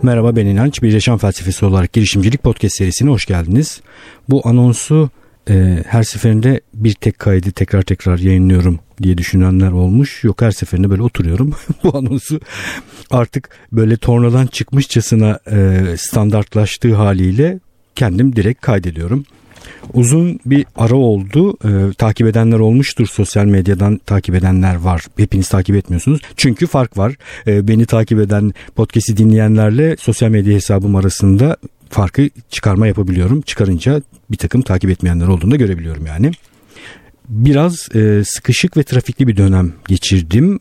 Merhaba, ben İnanç. Bir Yaşam Felsefesi olarak girişimcilik podcast serisine hoş geldiniz. Bu anonsu her seferinde bir tek kaydı tekrar yayınlıyorum diye düşünenler olmuş. Yok, her seferinde böyle oturuyorum. Bu anonsu artık böyle tornadan çıkmışçasına standartlaştığı haliyle kendim direkt kaydediyorum. Uzun bir ara oldu. Takip edenler olmuştur. Sosyal medyadan takip edenler var. Hepiniz takip etmiyorsunuz. Çünkü fark var. Beni takip eden, podcast'i dinleyenlerle sosyal medya hesabım arasında farkı çıkarma yapabiliyorum. Çıkarınca bir takım takip etmeyenler olduğunu da görebiliyorum yani. Biraz sıkışık ve trafikli bir dönem geçirdim.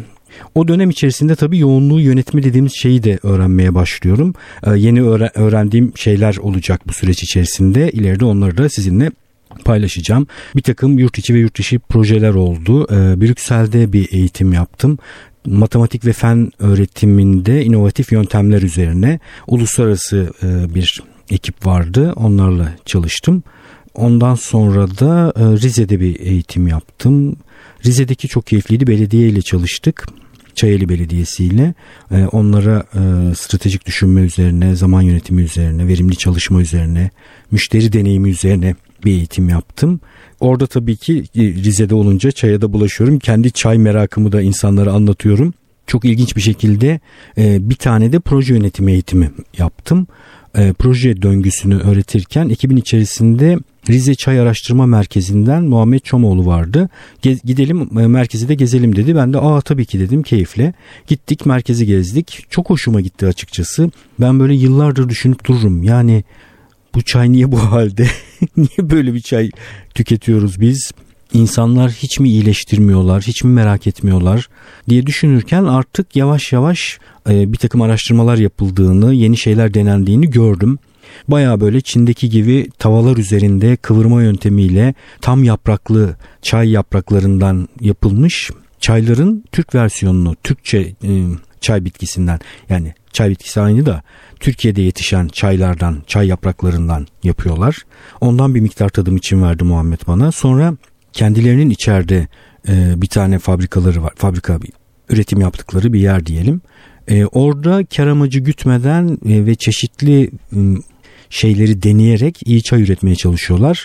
O dönem içerisinde tabii yoğunluğu yönetme dediğimiz şeyi de öğrenmeye başlıyorum. Yeni öğrendiğim şeyler olacak bu süreç içerisinde. İleride onları da sizinle paylaşacağım. Bir takım yurt içi ve yurt dışı projeler oldu. Brüksel'de bir eğitim yaptım. Matematik ve fen öğretiminde inovatif yöntemler üzerine uluslararası bir ekip vardı. Onlarla çalıştım. Ondan sonra da Rize'de bir eğitim yaptım. Rize'deki çok keyifliydi. Belediye ile çalıştık. Çayeli Belediyesi ile. Onlara stratejik düşünme üzerine, zaman yönetimi üzerine, verimli çalışma üzerine, müşteri deneyimi üzerine bir eğitim yaptım. Orada tabii ki Rize'de olunca çaya da bulaşıyorum. Kendi çay merakımı da insanlara anlatıyorum. Çok ilginç bir şekilde bir tane de proje yönetimi eğitimi yaptım. Proje döngüsünü öğretirken ekibin içerisinde Rize Çay Araştırma Merkezi'nden Muhammed Çomoğlu vardı. Gidelim merkezi de gezelim dedi. Ben de tabii ki dedim, keyifle. Gittik, merkezi gezdik. Çok hoşuma gitti açıkçası. Ben böyle yıllardır düşünüp dururum. Yani bu çay niye bu halde? Niye böyle bir çay tüketiyoruz biz? İnsanlar hiç mi iyileştirmiyorlar, hiç mi merak etmiyorlar diye düşünürken artık yavaş yavaş bir takım araştırmalar yapıldığını, yeni şeyler denendiğini gördüm. Baya böyle Çin'deki gibi tavalar üzerinde kıvırma yöntemiyle tam yapraklı çay yapraklarından yapılmış çayların Türk versiyonunu, Türkçe çay bitkisinden, yani çay bitkisi aynı da Türkiye'de yetişen çaylardan, çay yapraklarından yapıyorlar. Ondan bir miktar tadım için verdi Muhammed bana. Sonra kendilerinin içeride bir tane fabrikaları var. Fabrika, bir üretim yaptıkları bir yer diyelim. Orada kar amacı gütmeden ve çeşitli şeyleri deneyerek iyi çay üretmeye çalışıyorlar.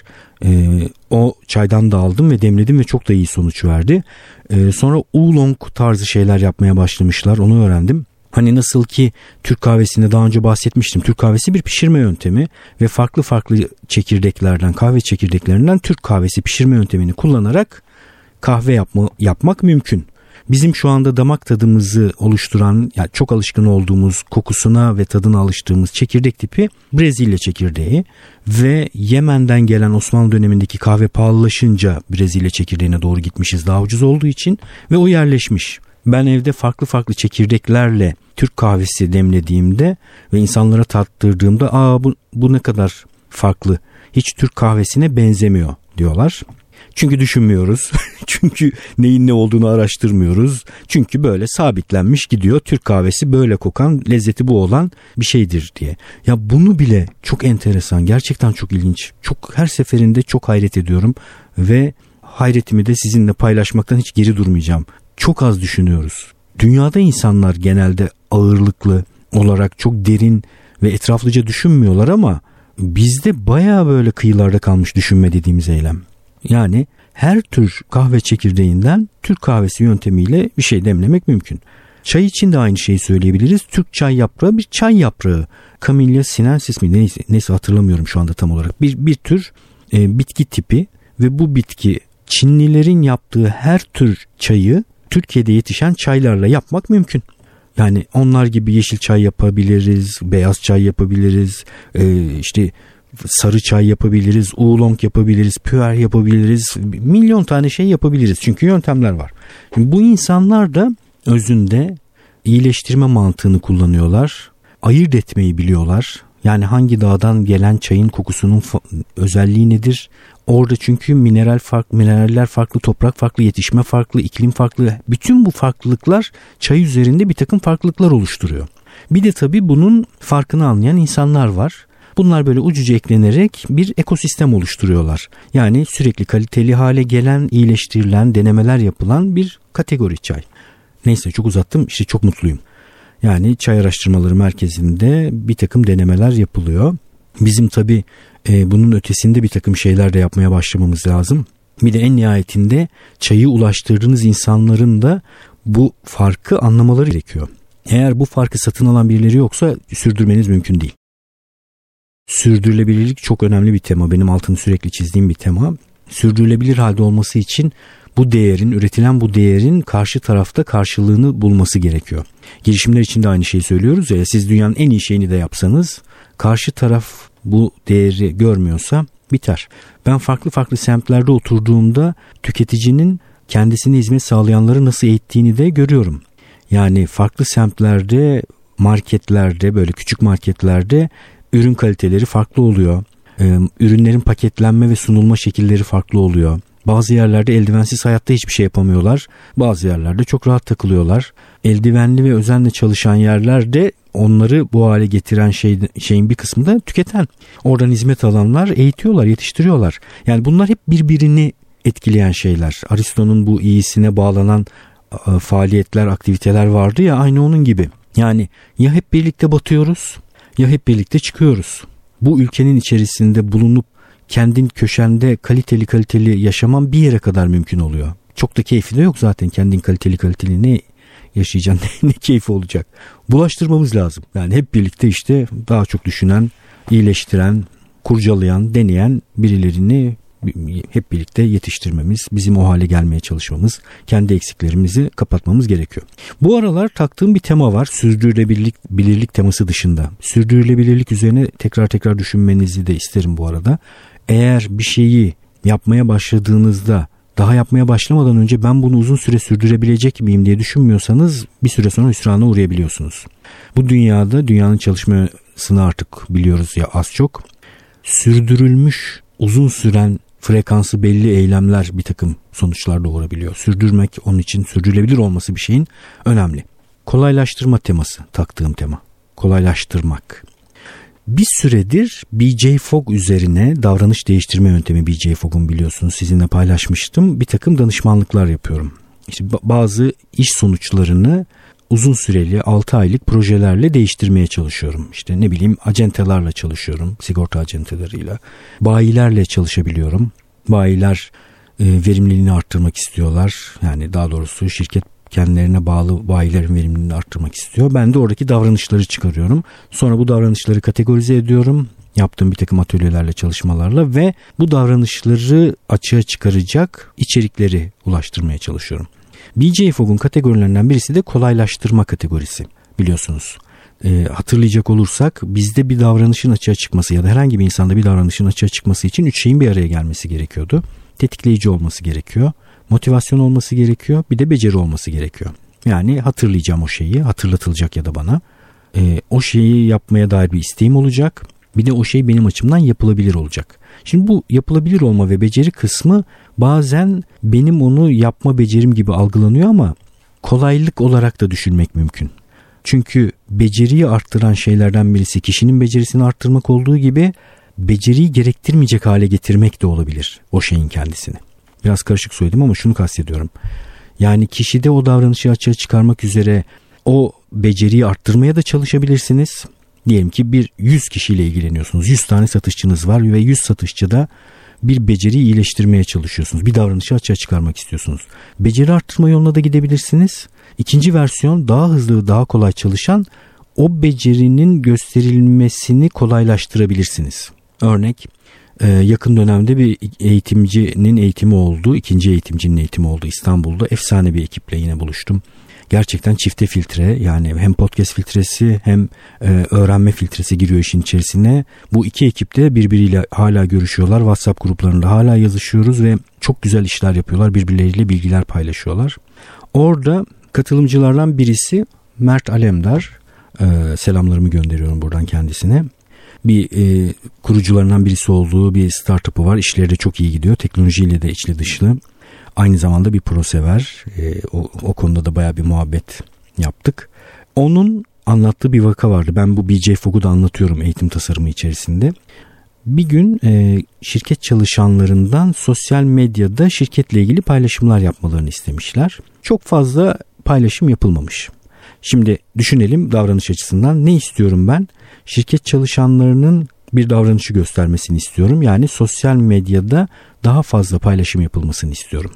O çaydan da aldım ve demledim ve çok da iyi sonuç verdi. Sonra oolong tarzı şeyler yapmaya başlamışlar. Onu öğrendim. Hani nasıl ki Türk kahvesinde daha önce bahsetmiştim. Türk kahvesi bir pişirme yöntemi ve farklı çekirdeklerden, kahve çekirdeklerinden Türk kahvesi pişirme yöntemini kullanarak kahve yapmak mümkün. Bizim şu anda damak tadımızı oluşturan, yani çok alışkın olduğumuz, kokusuna ve tadına alıştığımız çekirdek tipi Brezilya çekirdeği ve Yemen'den gelen Osmanlı dönemindeki kahve pahalılaşınca Brezilya çekirdeğine doğru gitmişiz, daha ucuz olduğu için, ve o yerleşmiş. Ben evde farklı çekirdeklerle Türk kahvesi demlediğimde ve insanlara tattırdığımda bu ne kadar farklı, hiç Türk kahvesine benzemiyor diyorlar. Çünkü düşünmüyoruz. Çünkü neyin ne olduğunu araştırmıyoruz. Çünkü böyle sabitlenmiş gidiyor. Türk kahvesi böyle kokan, lezzeti bu olan bir şeydir diye. Ya bunu bile çok enteresan, gerçekten çok ilginç. Her seferinde çok hayret ediyorum ve hayretimi de sizinle paylaşmaktan hiç geri durmayacağım. Çok az düşünüyoruz. Dünyada insanlar genelde ağırlıklı olarak çok derin ve etraflıca düşünmüyorlar ama bizde bayağı böyle kıyılarda kalmış düşünme dediğimiz eylem. Yani her tür kahve çekirdeğinden Türk kahvesi yöntemiyle bir şey demlemek mümkün. Çay için de aynı şeyi söyleyebiliriz. Türk çay yaprağı bir çay yaprağı. Camellia sinensis mi? Neyse hatırlamıyorum şu anda tam olarak. Bir tür bitki tipi ve bu bitki Çinlilerin yaptığı her tür çayı Türkiye'de yetişen çaylarla yapmak mümkün. Yani onlar gibi yeşil çay yapabiliriz, beyaz çay yapabiliriz, işte sarı çay yapabiliriz, oolong yapabiliriz, puer yapabiliriz, milyon tane şey yapabiliriz. Çünkü yöntemler var. Şimdi bu insanlar da özünde iyileştirme mantığını kullanıyorlar. Ayırt etmeyi biliyorlar. Yani hangi dağdan gelen çayın kokusunun özelliği nedir? Orada çünkü mineraller farklı, toprak farklı, yetişme farklı, iklim farklı. Bütün bu farklılıklar çay üzerinde bir takım farklılıklar oluşturuyor. Bir de tabii bunun farkını anlayan insanlar var. Bunlar böyle ucuca eklenerek bir ekosistem oluşturuyorlar. Yani sürekli kaliteli hale gelen, iyileştirilen, denemeler yapılan bir kategori çay. Neyse, çok uzattım, işte çok mutluyum. Yani Çay Araştırmaları Merkezi'nde bir takım denemeler yapılıyor. Bizim tabii bunun ötesinde bir takım şeyler de yapmaya başlamamız lazım. Bir de en nihayetinde çayı ulaştırdığınız insanların da bu farkı anlamaları gerekiyor. Eğer bu farkı satın alan birileri yoksa sürdürmeniz mümkün değil. Sürdürülebilirlik çok önemli bir tema. Benim altını sürekli çizdiğim bir tema. Sürdürülebilir halde olması için bu değerin, üretilen bu değerin karşı tarafta karşılığını bulması gerekiyor. Girişimler için de aynı şeyi söylüyoruz ya, siz dünyanın en iyi şeyini de yapsanız karşı taraf bu değeri görmüyorsa biter. Ben farklı semtlerde oturduğumda tüketicinin kendisine hizmet sağlayanları nasıl eğittiğini de görüyorum. Yani farklı semtlerde, marketlerde, böyle küçük marketlerde ürün kaliteleri farklı oluyor. Ürünlerin paketlenme ve sunulma şekilleri farklı oluyor. Bazı yerlerde eldivensiz hayatta hiçbir şey yapamıyorlar. Bazı yerlerde çok rahat takılıyorlar. Eldivenli ve özenle çalışan yerlerde onları bu hale getiren şeyin bir kısmı da tüketen. Oradan hizmet alanlar eğitiyorlar, yetiştiriyorlar. Yani bunlar hep birbirini etkileyen şeyler. Aristo'nun bu iyisine bağlanan faaliyetler, aktiviteler vardı ya, aynı onun gibi. Yani ya hep birlikte batıyoruz ya hep birlikte çıkıyoruz. Bu ülkenin içerisinde bulunup kendin köşende kaliteli yaşaman bir yere kadar mümkün oluyor. Çok da keyfi de yok zaten, kendin kaliteli ne yaşayacaksın, ne keyfi olacak. Bulaştırmamız lazım. Yani hep birlikte işte daha çok düşünen, iyileştiren, kurcalayan, deneyen birilerini hep birlikte yetiştirmemiz, bizim o hale gelmeye çalışmamız, kendi eksiklerimizi kapatmamız gerekiyor. Bu aralar taktığım bir tema var. Sürdürülebilirlik teması dışında. Sürdürülebilirlik üzerine tekrar düşünmenizi de isterim bu arada. Eğer bir şeyi yapmaya başladığınızda daha yapmaya başlamadan önce ben bunu uzun süre sürdürebilecek miyim diye düşünmüyorsanız bir süre sonra hüsrana uğrayabiliyorsunuz. Bu dünyada, dünyanın çalışmasını artık biliyoruz ya az çok. Sürdürülmüş, uzun süren, frekansı belli eylemler bir takım sonuçlar doğurabiliyor. Sürdürmek, onun için sürdürülebilir olması bir şeyin önemli. Kolaylaştırma teması, taktığım tema. Kolaylaştırmak. Bir süredir B.J. Fogg üzerine, davranış değiştirme yöntemi B.J. Fogg'un, biliyorsunuz, sizinle paylaşmıştım. Bir takım danışmanlıklar yapıyorum. İşte bazı iş sonuçlarını uzun süreli 6 aylık projelerle değiştirmeye çalışıyorum. İşte ne bileyim, acentelerle çalışıyorum, sigorta acenteleriyle. Bayilerle çalışabiliyorum. Bayiler verimliliğini arttırmak istiyorlar. Yani daha doğrusu şirket kendilerine bağlı bayilerin verimliliğini arttırmak istiyor. Ben de oradaki davranışları çıkarıyorum. Sonra bu davranışları kategorize ediyorum. Yaptığım bir takım atölyelerle, çalışmalarla ve bu davranışları açığa çıkaracak içerikleri ulaştırmaya çalışıyorum. B.J. Fogg'un kategorilerinden birisi de kolaylaştırma kategorisi, biliyorsunuz. Hatırlayacak olursak bizde bir davranışın açığa çıkması ya da herhangi bir insanda bir davranışın açığa çıkması için 3 şeyin bir araya gelmesi gerekiyordu. Tetikleyici olması gerekiyor, motivasyon olması gerekiyor, bir de beceri olması gerekiyor. Yani hatırlayacağım o şeyi, hatırlatılacak ya da bana. O şeyi yapmaya dair bir isteğim olacak. Bir de o şey benim açımdan yapılabilir olacak. Şimdi bu yapılabilir olma ve beceri kısmı bazen benim onu yapma becerim gibi algılanıyor ama kolaylık olarak da düşünmek mümkün. Çünkü beceriyi arttıran şeylerden birisi kişinin becerisini arttırmak olduğu gibi beceriyi gerektirmeyecek hale getirmek de olabilir o şeyin kendisini. Biraz karışık söyledim ama şunu kastediyorum. Yani kişide o davranışı açığa çıkarmak üzere o beceriyi arttırmaya da çalışabilirsiniz. Diyelim ki 100 kişiyle ilgileniyorsunuz. 100 tane satışçınız var ve 100 satışçıda bir beceriyi iyileştirmeye çalışıyorsunuz. Bir davranışı açığa çıkarmak istiyorsunuz. Beceri arttırma yoluna da gidebilirsiniz. İkinci versiyon, daha hızlı, daha kolay çalışan, o becerinin gösterilmesini kolaylaştırabilirsiniz. Örnek, yakın dönemde bir eğitimcinin eğitimi oldu. İkinci eğitimcinin eğitimi oldu İstanbul'da. Efsane bir ekiple yine buluştum. Gerçekten çifte filtre, yani hem podcast filtresi hem öğrenme filtresi giriyor işin içerisine. Bu iki ekip de birbiriyle hala görüşüyorlar. WhatsApp gruplarında hala yazışıyoruz ve çok güzel işler yapıyorlar. Birbirleriyle bilgiler paylaşıyorlar. Orada katılımcılardan birisi Mert Alemdar. Selamlarımı gönderiyorum buradan kendisine. Bir kurucularından birisi olduğu bir startup'ı var. İşleri de çok iyi gidiyor. Teknolojiyle de içli dışlı. Aynı zamanda bir pro sever. O konuda da bayağı bir muhabbet yaptık. Onun anlattığı bir vaka vardı. Ben bu B.J. Fogg'u da anlatıyorum eğitim tasarımı içerisinde. Bir gün şirket çalışanlarından sosyal medyada şirketle ilgili paylaşımlar yapmalarını istemişler. Çok fazla paylaşım yapılmamış. Şimdi düşünelim davranış açısından. Ne istiyorum ben? Şirket çalışanlarının bir davranışı göstermesini istiyorum. Yani sosyal medyada daha fazla paylaşım yapılmasını istiyorum.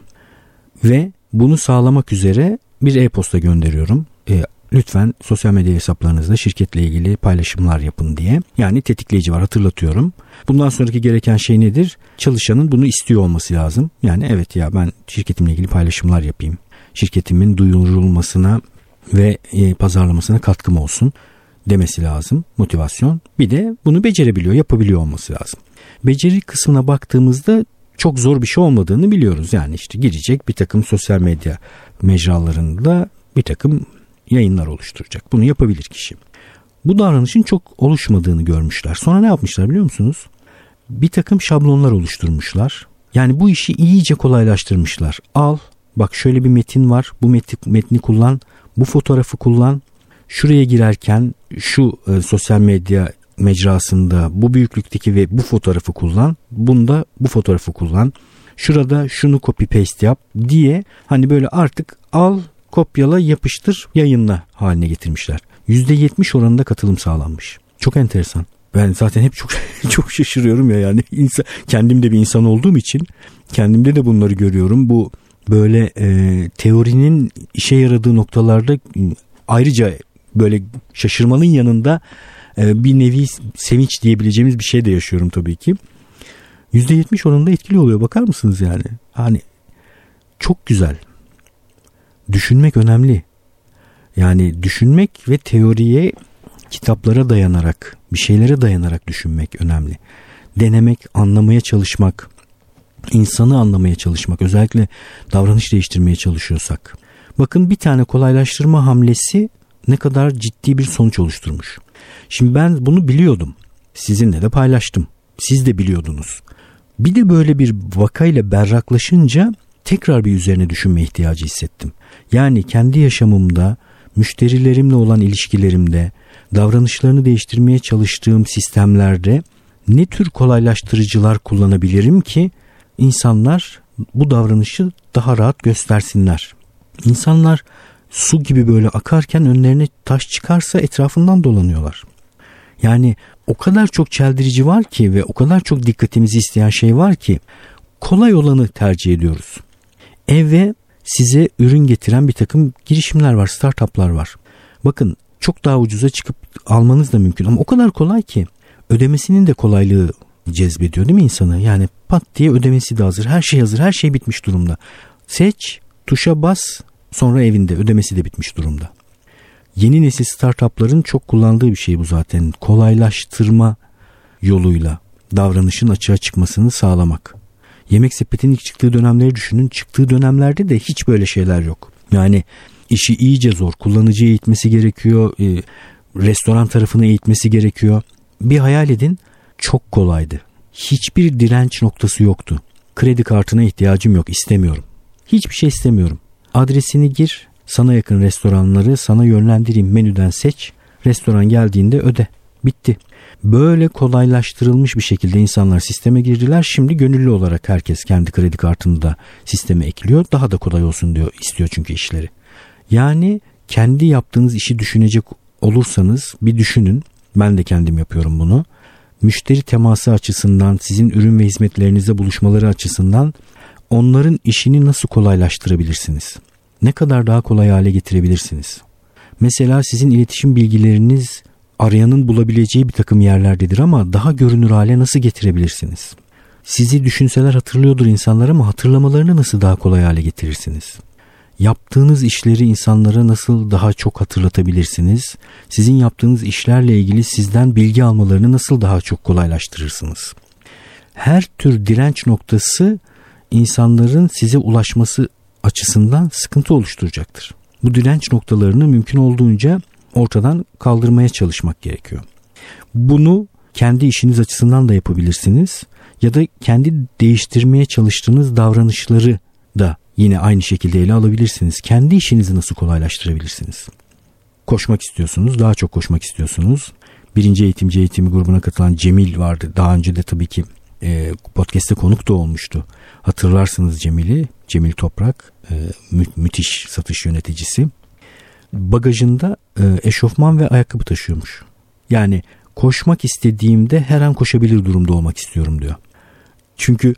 Ve bunu sağlamak üzere bir e-posta gönderiyorum. Lütfen sosyal medya hesaplarınızda şirketle ilgili paylaşımlar yapın diye. Yani tetikleyici var, hatırlatıyorum. Bundan sonraki gereken şey nedir? Çalışanın bunu istiyor olması lazım. Yani evet ya ben şirketimle ilgili paylaşımlar yapayım. Şirketimin duyurulmasına ve pazarlamasına katkım olsun demesi lazım. Motivasyon. Bir de bunu becerebiliyor, yapabiliyor olması lazım. Beceri kısmına baktığımızda çok zor bir şey olmadığını biliyoruz. Yani işte girecek, bir takım sosyal medya mecralarında bir takım yayınlar oluşturacak. Bunu yapabilir kişi. Bu davranışın çok oluşmadığını görmüşler. Sonra ne yapmışlar biliyor musunuz? Bir takım şablonlar oluşturmuşlar. Yani bu işi iyice kolaylaştırmışlar. Al, bak şöyle bir metin var. Bu metni kullan. Bu fotoğrafı kullan. Şuraya girerken şu sosyal medya mecrasında bu büyüklükteki ve bu fotoğrafı kullan. Bunda bu fotoğrafı kullan. Şurada şunu copy paste yap diye hani böyle artık al, kopyala, yapıştır, yayınla haline getirmişler. %70 oranında katılım sağlanmış. Çok enteresan. Ben zaten hep çok şaşırıyorum ya, yani kendim de bir insan olduğum için kendimde de bunları görüyorum. Bu böyle teorinin işe yaradığı noktalarda ayrıca böyle şaşırmanın yanında bir nevi sevinç diyebileceğimiz bir şey de yaşıyorum tabii ki. %70 oranında etkili oluyor, bakar mısınız yani? Hani çok güzel. Düşünmek önemli. Yani düşünmek ve teoriye, kitaplara dayanarak, bir şeylere dayanarak düşünmek önemli. Denemek, anlamaya çalışmak, insanı anlamaya çalışmak, özellikle davranış değiştirmeye çalışıyorsak. Bakın bir tane kolaylaştırma hamlesi ne kadar ciddi bir sonuç oluşturmuş. Şimdi ben bunu biliyordum. Sizinle de paylaştım. Siz de biliyordunuz. Bir de böyle bir vakayla berraklaşınca tekrar bir üzerine düşünme ihtiyacı hissettim. Yani kendi yaşamımda, müşterilerimle olan ilişkilerimde, davranışlarını değiştirmeye çalıştığım sistemlerde ne tür kolaylaştırıcılar kullanabilirim ki insanlar bu davranışı daha rahat göstersinler. İnsanlar su gibi böyle akarken önlerine taş çıkarsa etrafından dolanıyorlar. Yani o kadar çok çeldirici var ki ve o kadar çok dikkatimizi isteyen şey var ki kolay olanı tercih ediyoruz. Eve size ürün getiren bir takım girişimler var, startuplar var. Bakın çok daha ucuza çıkıp almanız da mümkün ama o kadar kolay ki ödemesinin de kolaylığı cezbediyor değil mi insanı? Yani pat diye ödemesi de hazır, her şey hazır, her şey bitmiş durumda. Seç, tuşa bas, sonra evinde ödemesi de bitmiş durumda. Yeni nesil startupların çok kullandığı bir şey bu zaten. Kolaylaştırma yoluyla davranışın açığa çıkmasını sağlamak. Yemek Sepeti'nin ilk çıktığı dönemleri düşünün. Çıktığı dönemlerde de hiç böyle şeyler yok. Yani işi iyice zor. Kullanıcıyı eğitmesi gerekiyor. Restoran tarafını eğitmesi gerekiyor. Bir hayal edin, çok kolaydı. Hiçbir direnç noktası yoktu. Kredi kartına ihtiyacım yok, istemiyorum. Hiçbir şey istemiyorum. Adresini gir, sana yakın restoranları sana yönlendireyim, menüden seç. Restoran geldiğinde öde. Bitti. Böyle kolaylaştırılmış bir şekilde insanlar sisteme girdiler. Şimdi gönüllü olarak herkes kendi kredi kartını da sisteme ekliyor. Daha da kolay olsun diyor, istiyor çünkü işleri. Yani kendi yaptığınız işi düşünecek olursanız bir düşünün. Ben de kendim yapıyorum bunu. Müşteri teması açısından, sizin ürün ve hizmetlerinizle buluşmaları açısından onların işini nasıl kolaylaştırabilirsiniz? Ne kadar daha kolay hale getirebilirsiniz? Mesela sizin iletişim bilgileriniz arayanın bulabileceği bir takım yerlerdedir ama daha görünür hale nasıl getirebilirsiniz? Sizi düşünseler hatırlıyordur insanlar ama hatırlamalarını nasıl daha kolay hale getirirsiniz? Yaptığınız işleri insanlara nasıl daha çok hatırlatabilirsiniz? Sizin yaptığınız işlerle ilgili sizden bilgi almalarını nasıl daha çok kolaylaştırırsınız? Her tür direnç noktası insanların size ulaşması açısından sıkıntı oluşturacaktır. Bu direnç noktalarını mümkün olduğunca ortadan kaldırmaya çalışmak gerekiyor. Bunu kendi işiniz açısından da yapabilirsiniz ya da kendi değiştirmeye çalıştığınız davranışları da yine aynı şekilde ele alabilirsiniz. Kendi işinizi nasıl kolaylaştırabilirsiniz? Koşmak istiyorsunuz, daha çok koşmak istiyorsunuz. 1. eğitimi grubuna katılan Cemil vardı. Daha önce de tabii ki podcast'te konuk da olmuştu. Hatırlarsınız Cemil'i. Cemil Toprak, müthiş satış yöneticisi. bagajında eşofman ve ayakkabı taşıyormuş. Yani koşmak istediğimde her an koşabilir durumda olmak istiyorum diyor. Çünkü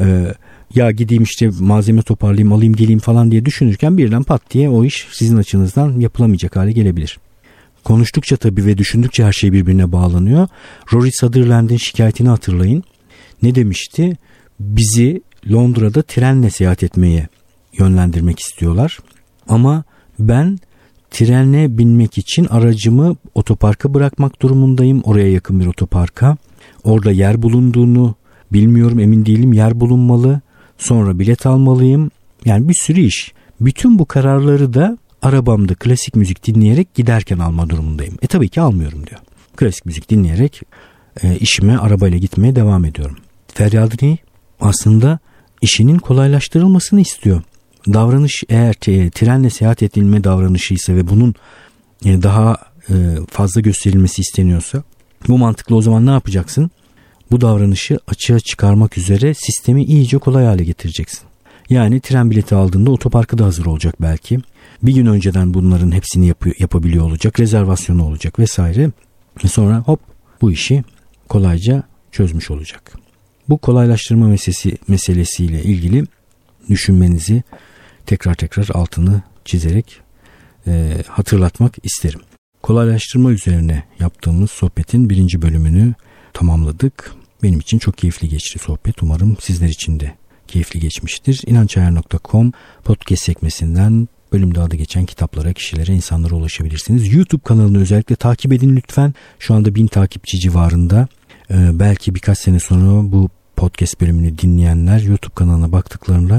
ya gideyim işte malzeme toparlayayım, alayım geleyim falan diye düşünürken birden pat diye o iş sizin açınızdan yapılamayacak hale gelebilir. Konuştukça tabii ve düşündükçe her şey birbirine bağlanıyor. Rory Sutherland'in şikayetini hatırlayın. Ne demişti? Bizi Londra'da trenle seyahat etmeye yönlendirmek istiyorlar. Ama ben trene binmek için aracımı otoparka bırakmak durumundayım. Oraya yakın bir otoparka. Orada yer bulunduğunu bilmiyorum, emin değilim. Yer bulunmalı. Sonra bilet almalıyım. Yani bir sürü iş. Bütün bu kararları da arabamda klasik müzik dinleyerek giderken alma durumundayım. Tabii ki almıyorum diyor. Klasik müzik dinleyerek işime arabayla gitmeye devam ediyorum. Feryadı ne? Aslında işinin kolaylaştırılmasını istiyor. Davranış eğer trenle seyahat edilme davranışıysa ve bunun daha fazla gösterilmesi isteniyorsa bu mantıklı, o zaman ne yapacaksın? Bu davranışı açığa çıkarmak üzere sistemi iyice kolay hale getireceksin. Yani tren bileti aldığında otoparkı da hazır olacak belki. Bir gün önceden bunların hepsini yapabiliyor olacak. Rezervasyonu olacak vesaire. Ve sonra hop bu işi kolayca çözmüş olacak. Bu kolaylaştırma meselesiyle ilgili düşünmenizi tekrar altını çizerek hatırlatmak isterim. Kolaylaştırma üzerine yaptığımız sohbetin 1. bölümünü tamamladık. Benim için çok keyifli geçti sohbet. Umarım sizler için de keyifli geçmiştir. inancayar.com podcast sekmesinden bölümde adı geçen kitaplara, kişilere, insanlara ulaşabilirsiniz. YouTube kanalını özellikle takip edin lütfen. Şu anda 1000 takipçi civarında. Belki birkaç sene sonra bu podcast bölümünü dinleyenler YouTube kanalına baktıklarında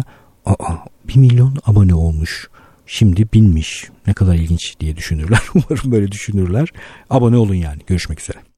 1 milyon abone olmuş, şimdi 1000'miş, ne kadar ilginç diye düşünürler. Umarım böyle düşünürler. Abone olun yani. Görüşmek üzere.